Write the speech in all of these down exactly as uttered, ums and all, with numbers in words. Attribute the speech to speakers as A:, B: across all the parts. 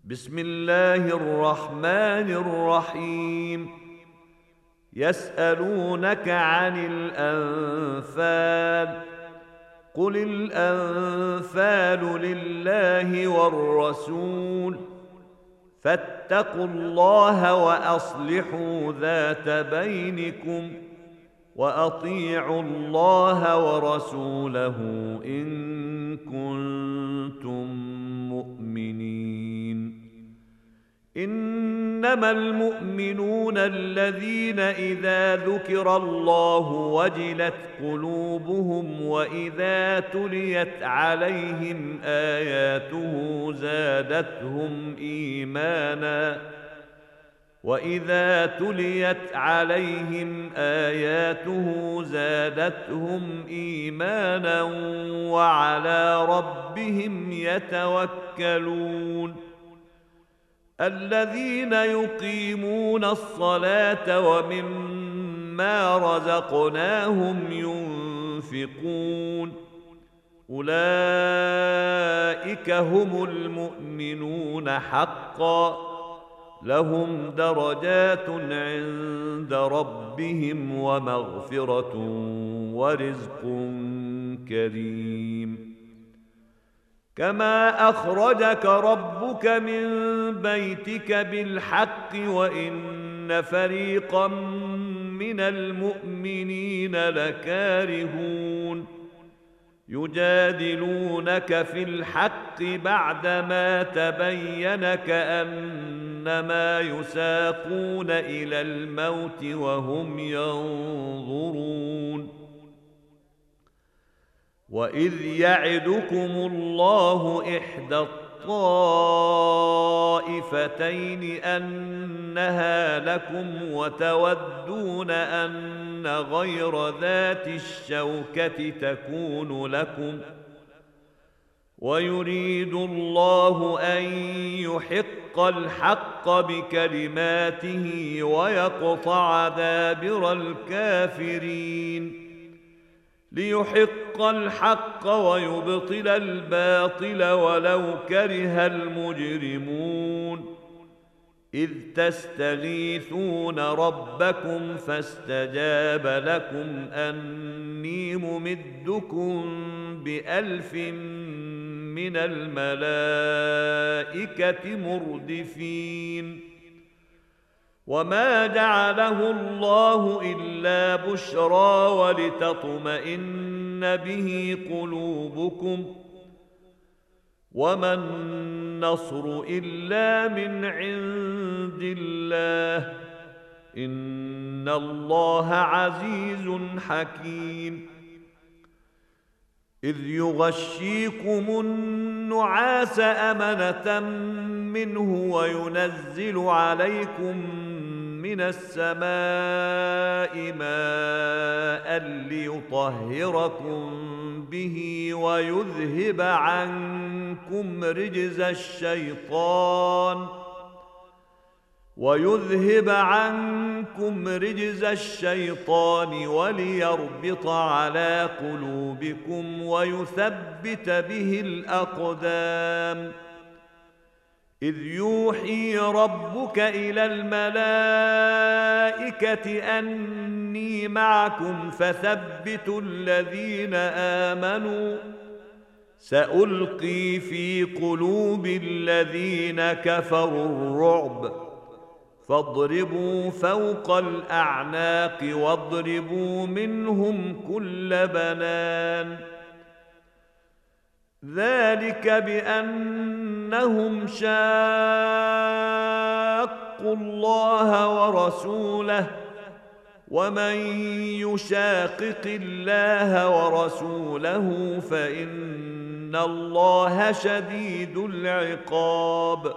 A: بسم الله الرحمن الرحيم. يسألونك عن الأنفال، قل الأنفال لله والرسول، فاتقوا الله وأصلحوا ذات بينكم، وأطيعوا الله ورسوله إن كنتم مؤمنين. إنما المؤمنون الذين إذا ذكر الله وجلت قلوبهم وإذا تليت عليهم آياته زادتهم إيمانا وإذا تليت عليهم آياته زادتهم إيمانا وعلى ربهم يتوكلون. الذين يقيمون الصلاة ومما رزقناهم ينفقون، أولئك هم المؤمنون حقا، لهم درجات عند ربهم ومغفرة ورزق كريم. كما أخرجك ربك من بيتك بالحق وإن فريقا من المؤمنين لكارهون، يجادلونك في الحق بعدما تبين كأنما يساقون إلى الموت وهم ينظرون. وإذ يعدكم الله إحدى الطائفتين أنها لكم وتودون أن غير ذات الشوكة تكون لكم، ويريد الله أن يحق الحق بكلماته ويقطع دابر الكافرين، ليحق الحق ويبطل الباطل ولو كره المجرمون. إذ تستغيثون ربكم فاستجاب لكم أني ممدكم بألف من الملائكة مردفين. وما جعله الله إلا بشرى ولتطمئن به قلوبكم، وما النصر إلا من عند الله، إن الله عزيز حكيم. إذ يغشيكم النعاس أمنة منه وينزل عليكم من السماء ماء ليطهركم به ويذهب عنكم رجز الشيطان ويذهب عنكم رجز الشيطان وليربط على قلوبكم ويثبت به الأقدام. إذ يوحي ربك إلى الملائكة أني معكم فثبتوا الذين آمنوا، سألقي في قلوب الذين كفروا الرعب، فاضربوا فوق الأعناق واضربوا منهم كل بنان. ذلك بأنهم شاقوا الله ورسوله، ومن يشاقق الله ورسوله فإن الله شديد العقاب.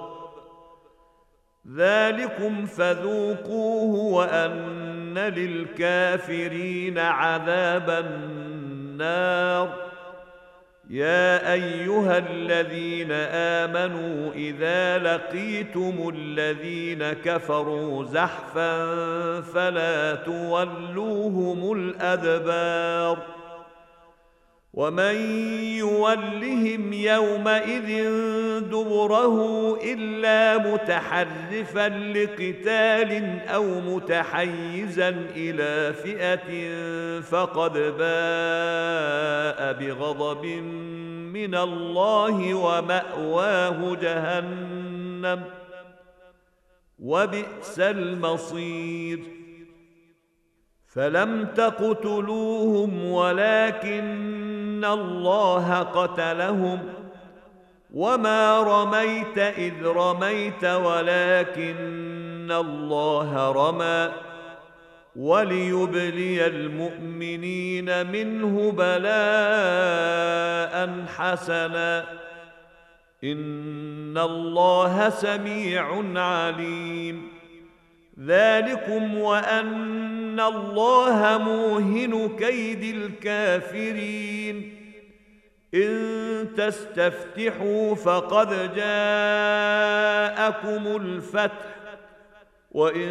A: ذلكم فذوقوه وأن للكافرين عذاب النار. يا أيها الذين آمنوا إذا لقيتم الذين كفروا زحفا فلا تولوهم الأدبار، ومن يولهم يومئذ دبره إلا متحرفا لقتال أو متحيزا إلى فئة فقد باء بغضب من الله ومأواه جهنم وبئس المصير. فلم تقتلوهم ولكن الله قتلهم وما رميت إذ رميت ولكن الله رمى وليبلي المؤمنين منه بلاء حسنا إن الله سميع عليم. ذلكم وأن الله موهن كيد الكافرين. إن تستفتحوا فقد جاءكم الفتح وإن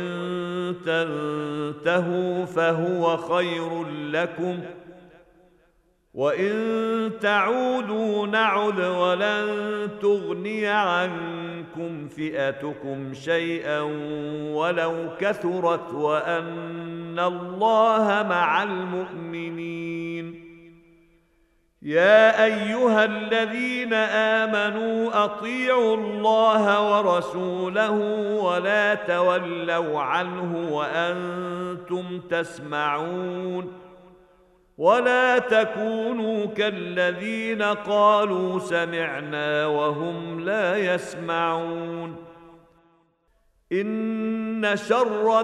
A: تنتهوا فهو خير لكم وإن تعودوا نعد ولن تغني عنكم فئتكم شيئا ولو كثرت وأن الله مع المؤمنين. يا أيها الذين آمنوا أطيعوا الله ورسوله ولا تولوا عنه وأنتم تسمعون ولا تكونوا كالذين قالوا سمعنا وهم لا يسمعون. إن شر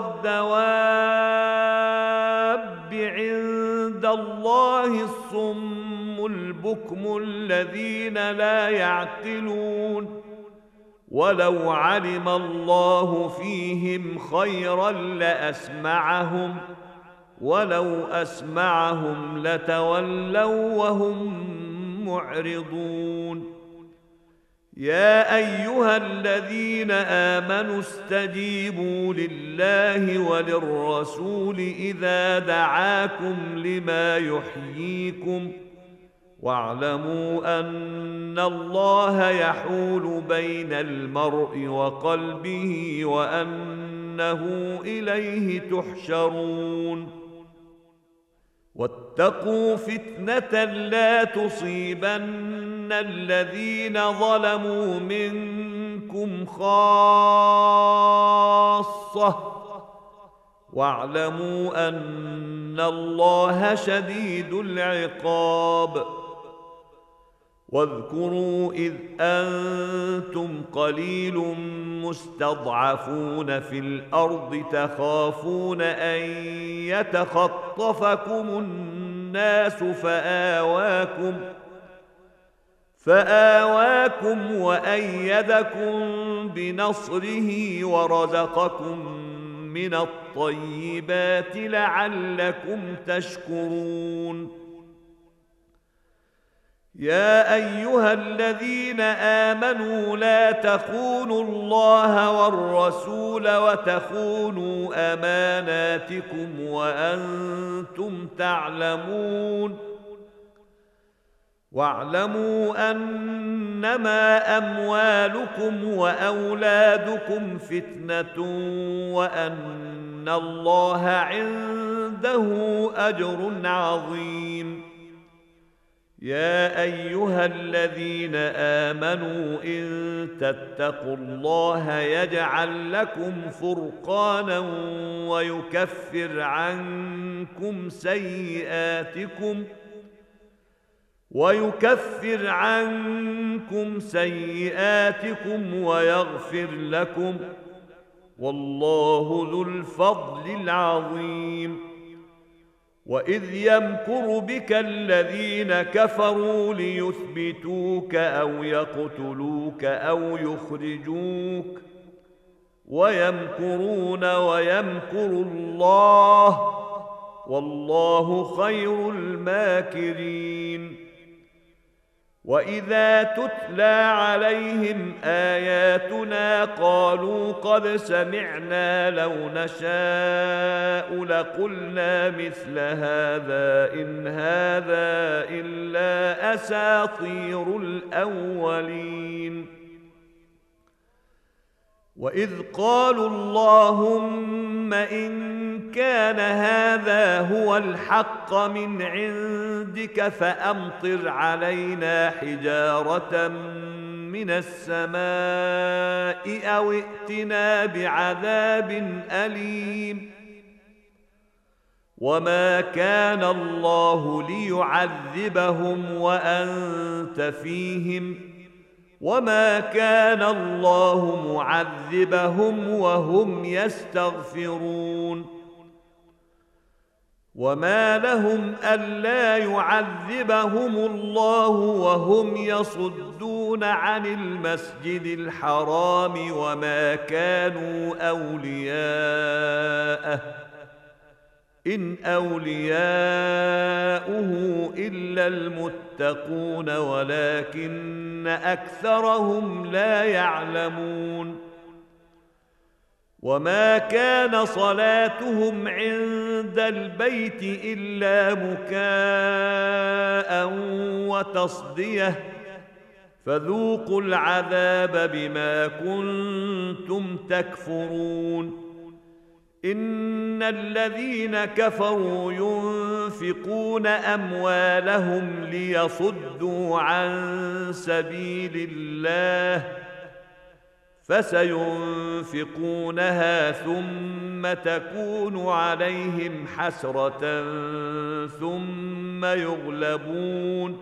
A: الدواب عند الله الصم البكم الذين لا يعقلون ولو علم الله فيهم خيرا لأسمعهم ولو أسمعهم لتولوا وهم معرضون. يا أيها الذين آمنوا استجيبوا لله وللرسول إذا دعاكم لما يحييكم واعلموا أن الله يحول بين المرء وقلبه وأنه إليه تحشرون. واتقوا فتنة لا تصيبن الذين ظلموا منكم خاصة واعلموا أن الله شديد العقاب. واذكروا إذ أنتم قليل مستضعفون في الأرض تخافون أن يتخطفكم الناس فآواكم فآواكم وأيدكم بنصره ورزقكم من الطيبات لعلكم تشكرون. يا أيها الذين آمنوا لا تخونوا الله والرسول وتخونوا أماناتكم وأنتم تعلمون واعلموا أنما أموالكم وأولادكم فتنة وأن الله عنده أجر عظيم. يا أيها الذين آمنوا إن تتقوا الله يجعل لكم فرقانا ويكفر عنكم سيئاتكم ويكفر عنكم سيئاتكم ويغفر لكم والله ذو الفضل العظيم. وإذ يمكر بك الذين كفروا ليثبتوك أو يقتلوك أو يخرجوك ويمكرون ويمكر الله والله خير الماكرين. وإذا تتلى عليهم آياتنا قالوا قد سمعنا لو نشاء لقلنا مثل هذا إن هذا إلا أساطير الأولين. وإذ قالوا اللهم إن كان هذا هو الحق من عندك فأمطر علينا حجارة من السماء أو ائتنا بعذاب أليم. وما كان الله ليعذبهم وأنت فيهم وما كان الله معذبهم وهم يستغفرون. وما لهم ألا يعذبهم الله وهم يصدون عن المسجد الحرام وما كانوا أولياءه إن أولياؤه إلا المتقون ولكن أكثرهم لا يعلمون. وما كان صلاتهم عند البيت إلا مكاء وتصدية فذوقوا العذاب بما كنتم تكفرون. إن الذين كفروا ينفقون أموالهم ليصدوا عن سبيل الله فسينفقونها ثم تكون عليهم حسرة ثم يغلبون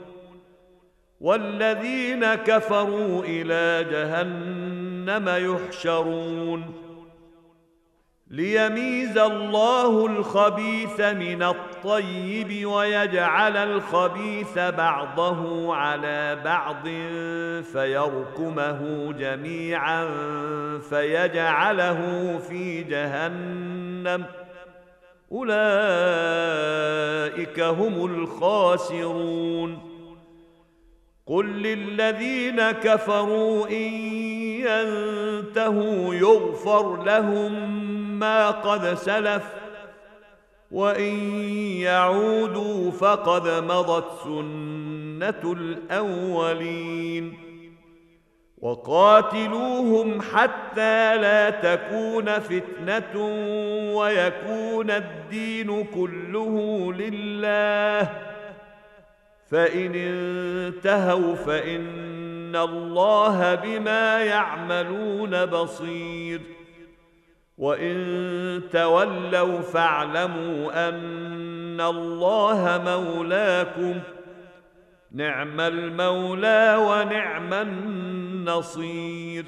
A: والذين كفروا إلى جهنم يحشرون. ليميز الله الخبيث من الطيب ويجعل الخبيث بعضه على بعض فيركمه جميعا فيجعله في جهنم أولئك هم الخاسرون. قل للذين كفروا إن ينتهوا يغفر لهم ما قد سلف وإن يعودوا فقد مضت سنة الأولين. وقاتلوهم حتى لا تكون فتنة ويكون الدين كله لله فإن انتهوا فإن الله بما يعملون بصير. وإن تولوا فاعلموا أن الله مولاكم نعم المولى ونعم النصير.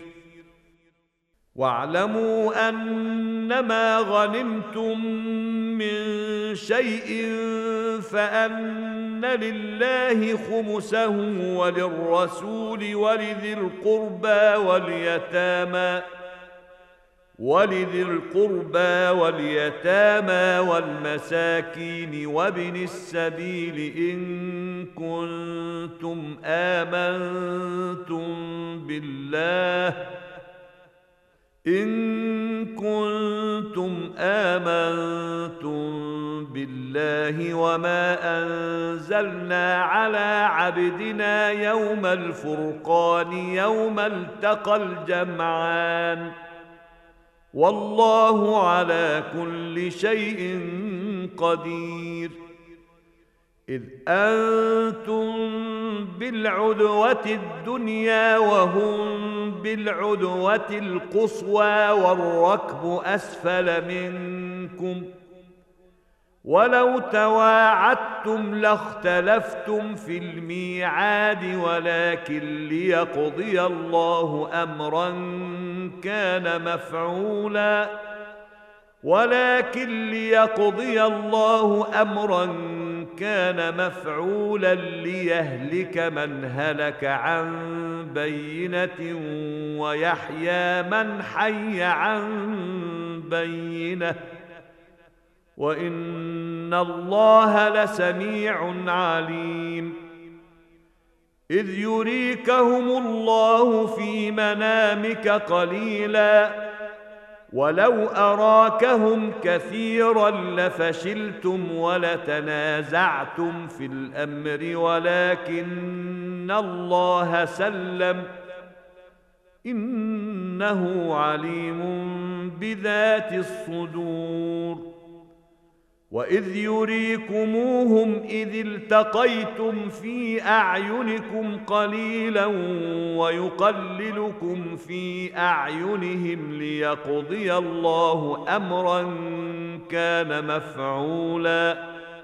A: واعلموا أنما غنمتم من شيء فأن لله خمسه وللرسول ولذي القربى واليتامى ولذي القربى واليتامى والمساكين وابن السبيل إن كنتم آمنتم بالله إن كنتم آمنتم بالله وما أنزلنا على عبدنا يوم الفرقان يوم التقى الجمعان والله على كل شيء قدير. إذ أنتم بالعدوة الدنيا وهم بالعدوة القصوى والركب أسفل منكم ولو تواعدتم لاختلفتم في الميعاد ولكن ليقضي الله أمرا كان مفعولا ولكن ليقضي الله أمرا كان مفعولا ليهلك من هلك عن بينة ويحيى من حي عن بينة وإن الله لسميع عليم. إذ يريكهم الله في منامك قليلا ولو أراكهم كثيرا لفشلتم ولتنازعتم في الأمر ولكن الله سلم إنه عليم بذات الصدور. وإذ يريكموهم إذ التقيتم في أعينكم قليلا ويقللكم في أعينهم ليقضي الله أمرا كان مفعولا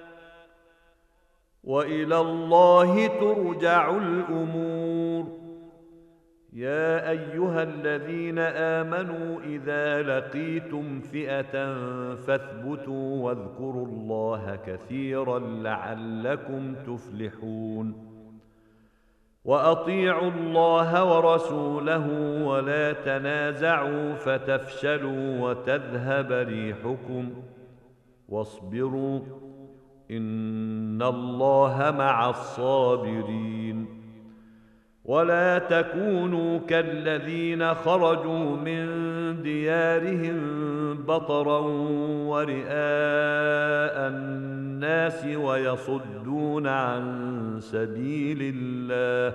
A: وإلى الله ترجع الأمور. يا أيها الذين آمنوا إذا لقيتم فئة فاثبتوا واذكروا الله كثيرا لعلكم تفلحون. وأطيعوا الله ورسوله ولا تنازعوا فتفشلوا وتذهب ريحكم واصبروا إن الله مع الصابرين. ولا تكونوا كالذين خرجوا من ديارهم بطرا ورئاء الناس ويصدون عن سبيل الله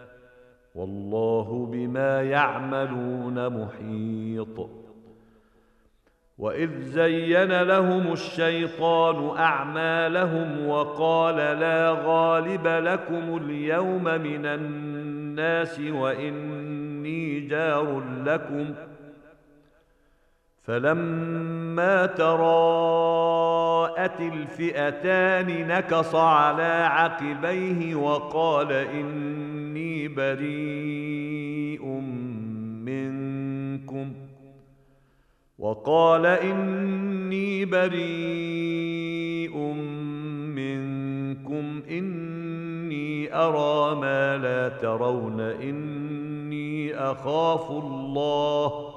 A: والله بما يعملون محيط. وإذ زين لهم الشيطان أعمالهم وقال لا غالب لكم اليوم من الناس وإني جار لكم فلما تراءت الفئتان نكص على عقبيه وقال إني بريء منكم وقال إني بريء منكم إني أرى ما لا ترون إني أخاف الله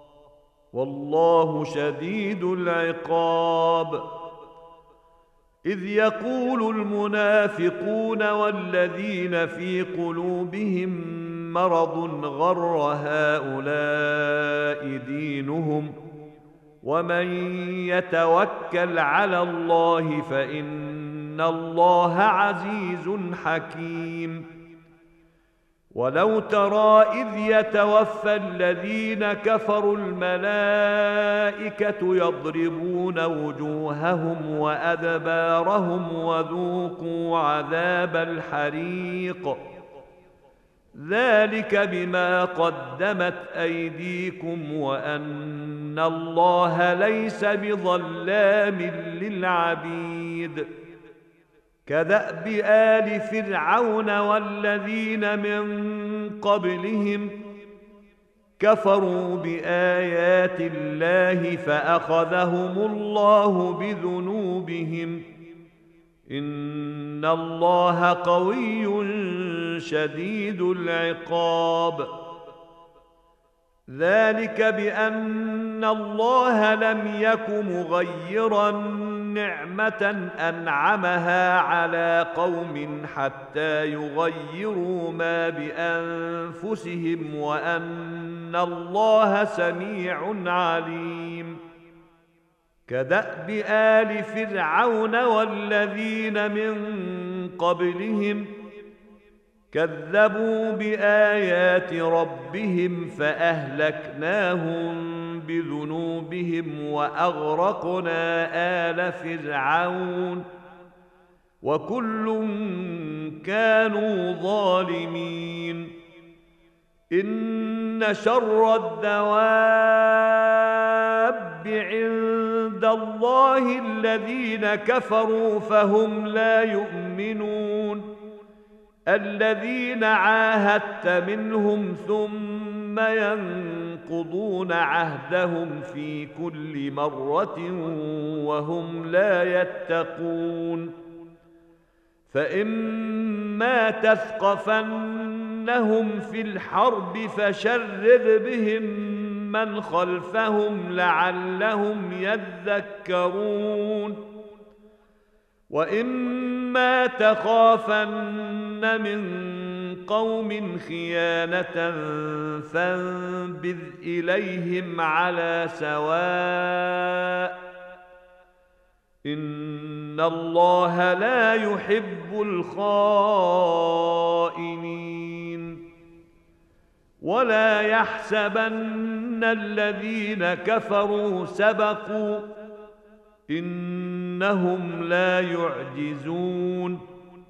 A: والله شديد العقاب. إذ يقول المنافقون والذين في قلوبهم مرض غر هؤلاء دينهم ومن يتوكل على الله فإن الله عزيز حكيم. ولو ترى إذ يتوفى الذين كفروا الملائكة يضربون وجوههم وأدبارهم وذوقوا عذاب الحريق ذلك بما قدمت أيديكم وأن الله ليس بظلام للعبيد. كدأب آل فرعون والذين من قبلهم كفروا بآيات الله فأخذهم الله بذنوبهم إن الله قوي شديد العقاب. ذلك بأن الله لم يك مغيرا نعمة أنعمها على قوم حتى يغيروا ما بأنفسهم وأن الله سميع عليم. كدأب آل فرعون والذين من قبلهم كذبوا بآيات ربهم فأهلكناهم بذنوبهم وأغرقنا آل فرعون وكل كانوا ظالمين. إن شر الدواب عند الله الذين كفروا فهم لا يؤمنون الذين عاهدت منهم ثم ينقضون عهدهم في كل مرة وهم لا يتقون. فإما تثقفنهم في الحرب فشرر بهم من خلفهم لعلهم يذكرون. وإما تخافن من قوم خيانة فانبذ إليهم على سواء إن الله لا يحب الخائنين ولا يحسبن الذين كفروا سبقوا إنهم لا يعجزون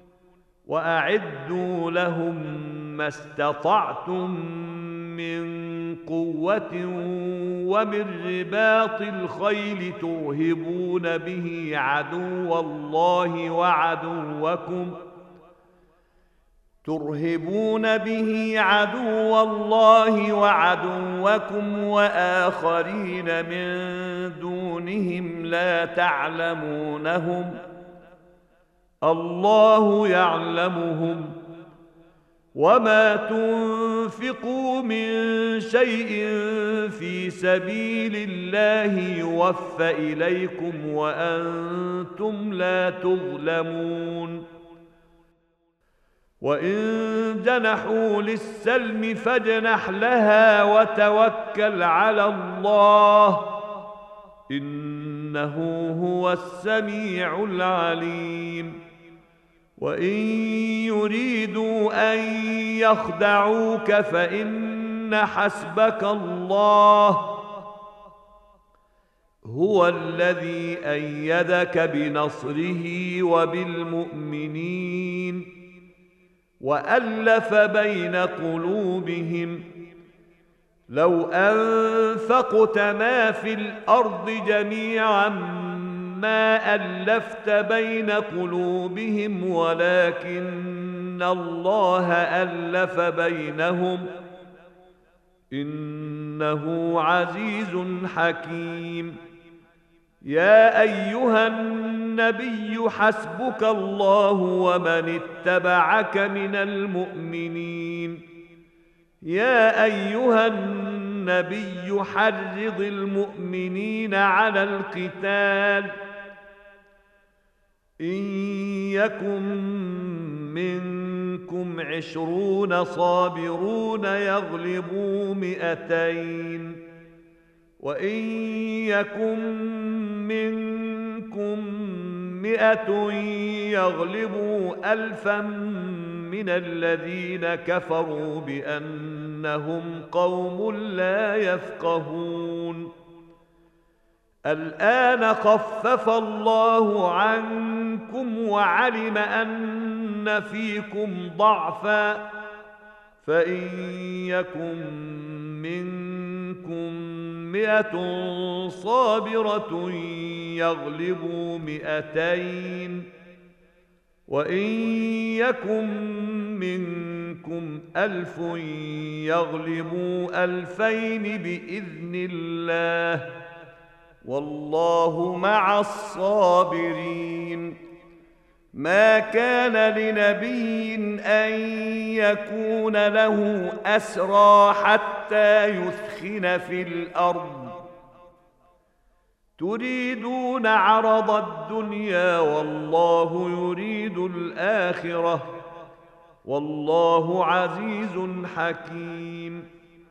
A: وأعدوا لهم ما استطعتم من قوة ومن رباط الخيل ترهبون به عدو الله وعدوكم ترهبون به عدو الله وعدوكم وآخرين من دونهم لا تعلمونهم الله يعلمهم وما تنفقوا من شيء في سبيل الله يوفى إليكم وأنتم لا تظلمون وإن جنحوا للسلم فاجنح لها وتوكل على الله إنه هو السميع العليم وإن يريدوا أن يخدعوك فإن حسبك الله هو الذي أيدك بنصره وبالمؤمنين وألف بين قلوبهم لو أنفقت ما في الأرض جميعا ما ألفت بين قلوبهم ولكن الله ألف بينهم إنه عزيز حكيم يا أيها النبي حسبك الله ومن اتبعك من المؤمنين يا أيها النبي حرض المؤمنين على القتال إن يكن منكم عشرون صابرون يغلبوا مئتين وإن يكن منكم مئة يغلبوا ألفا من الذين كفروا بأنهم قوم لا يفقهون الآن خفف الله عنكم وعلم أن فيكم ضعفا فإن يكن منكم مئة صابرة يغلبوا مئتين وإن يكن منكم ألف يغلبوا ألفين بإذن الله والله مع الصابرين ما كان لنبي أن يكون له أسرى حتى يثخن في الأرض تريدون عرض الدنيا والله يريد الآخرة والله عزيز حكيم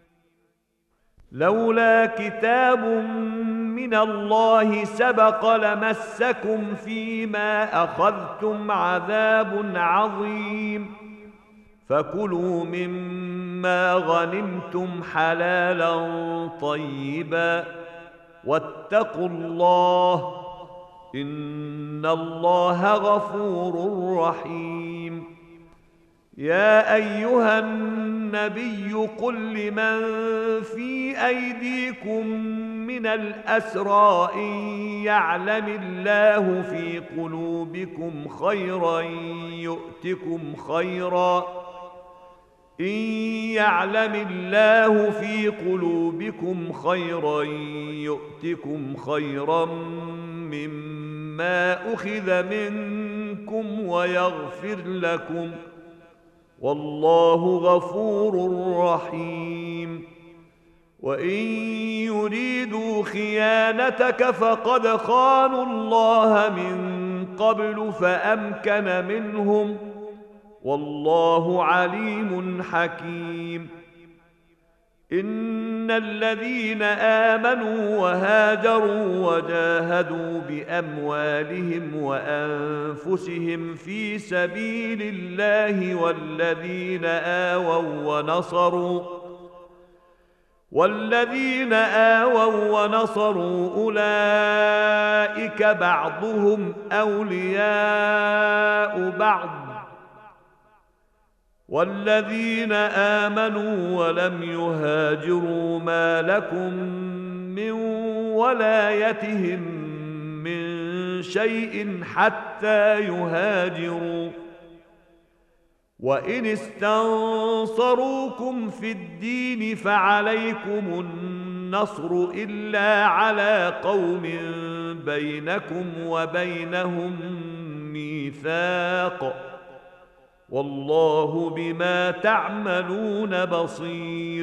A: لولا كتاب من الله سبق لمسكم فيما أخذتم عذاب عظيم فكلوا مما غنمتم حلالا طيبا واتقوا الله إن الله غفور رحيم يا أيها النبي قل لمن في أيديكم من الأسرى إن يعلم الله في قلوبكم خيرا يؤتكم خيرا إن يعلم الله في قلوبكم خيرا يؤتكم خيرا مما أخذ منكم ويغفر لكم والله غفور رحيم وإن يريدوا خيانتك فقد خانوا الله من قبل فأمكن منهم والله عليم حكيم. إن الذين آمنوا وهاجروا وجاهدوا بأموالهم وأنفسهم في سبيل الله والذين آووا ونصروا والذين آووا ونصروا أولئك بعضهم أولياء بعض والذين آمنوا ولم يهاجروا ما لكم من ولايتهم من شيء حتى يهاجروا وإن استنصروكم في الدين فعليكم النصر إلا على قوم بينكم وبينهم ميثاق والله بما تعملون بصير.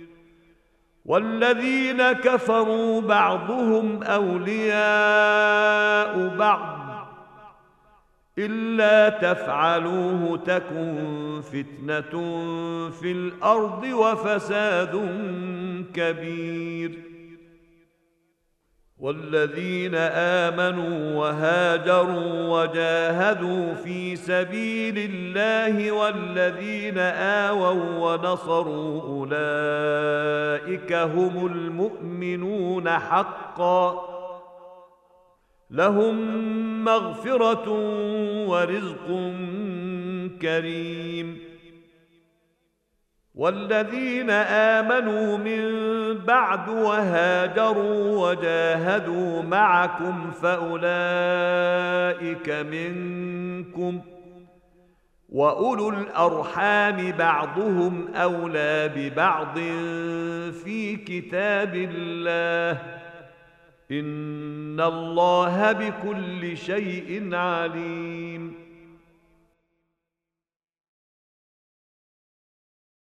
A: والذين كفروا بعضهم أولياء بعض إلا تفعلوه تكن فتنة في الأرض وفساد كبير. والذين آمنوا وهاجروا وجاهدوا في سبيل الله والذين آووا ونصروا أولئك هم المؤمنون حقا لهم مغفرة ورزق كريم. والذين آمنوا من بعد وهاجروا وجاهدوا معكم فأولئك منكم وأولو الأرحام بعضهم أولى ببعض في كتاب الله إن الله بكل شيء عليم.